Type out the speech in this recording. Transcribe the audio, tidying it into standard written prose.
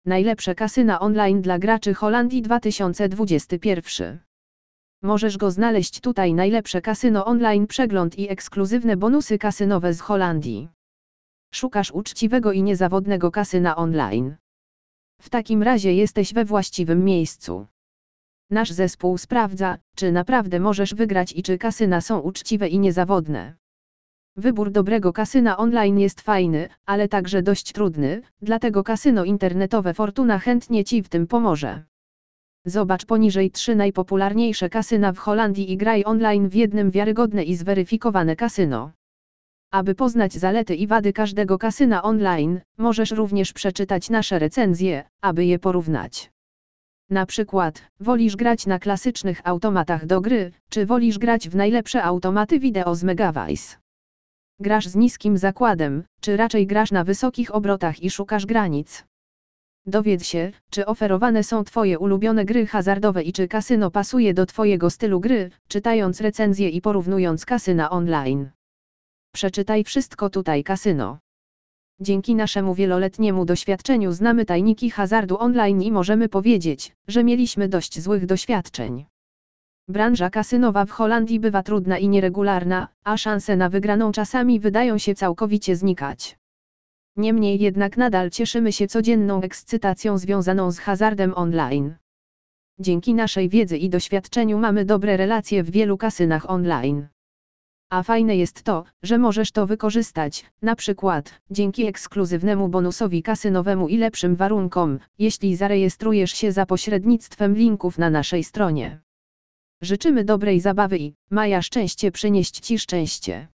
Najlepsze kasyna online dla graczy Holandii 2021. Możesz go znaleźć tutaj. Najlepsze kasyno online, przegląd i ekskluzywne bonusy kasynowe z Holandii. Szukasz uczciwego i niezawodnego kasyna online? W takim razie jesteś we właściwym miejscu. Nasz zespół sprawdza, czy naprawdę możesz wygrać i czy kasyna są uczciwe i niezawodne. Wybór dobrego kasyna online jest fajny, ale także dość trudny, dlatego kasyno internetowe Fortuna chętnie Ci w tym pomoże. Zobacz poniżej 3 najpopularniejsze kasyna w Holandii i graj online w jednym wiarygodne i zweryfikowane kasyno. Aby poznać zalety i wady każdego kasyna online, możesz również przeczytać nasze recenzje, aby je porównać. Na przykład, wolisz grać na klasycznych automatach do gry, czy wolisz grać w najlepsze automaty wideo z Megavice? Grasz z niskim zakładem, czy raczej grasz na wysokich obrotach i szukasz granic? Dowiedz się, czy oferowane są Twoje ulubione gry hazardowe i czy kasyno pasuje do Twojego stylu gry, czytając recenzje i porównując kasyna online. Przeczytaj wszystko tutaj. Kasyno. Dzięki naszemu wieloletniemu doświadczeniu znamy tajniki hazardu online i możemy powiedzieć, że mieliśmy dość złych doświadczeń. Branża kasynowa w Holandii bywa trudna i nieregularna, a szanse na wygraną czasami wydają się całkowicie znikać. Niemniej jednak nadal cieszymy się codzienną ekscytacją związaną z hazardem online. Dzięki naszej wiedzy i doświadczeniu mamy dobre relacje w wielu kasynach online. A fajne jest to, że możesz to wykorzystać, na przykład, dzięki ekskluzywnemu bonusowi kasynowemu i lepszym warunkom, jeśli zarejestrujesz się za pośrednictwem linków na naszej stronie. Życzymy dobrej zabawy i Maja szczęście przynieść Ci szczęście.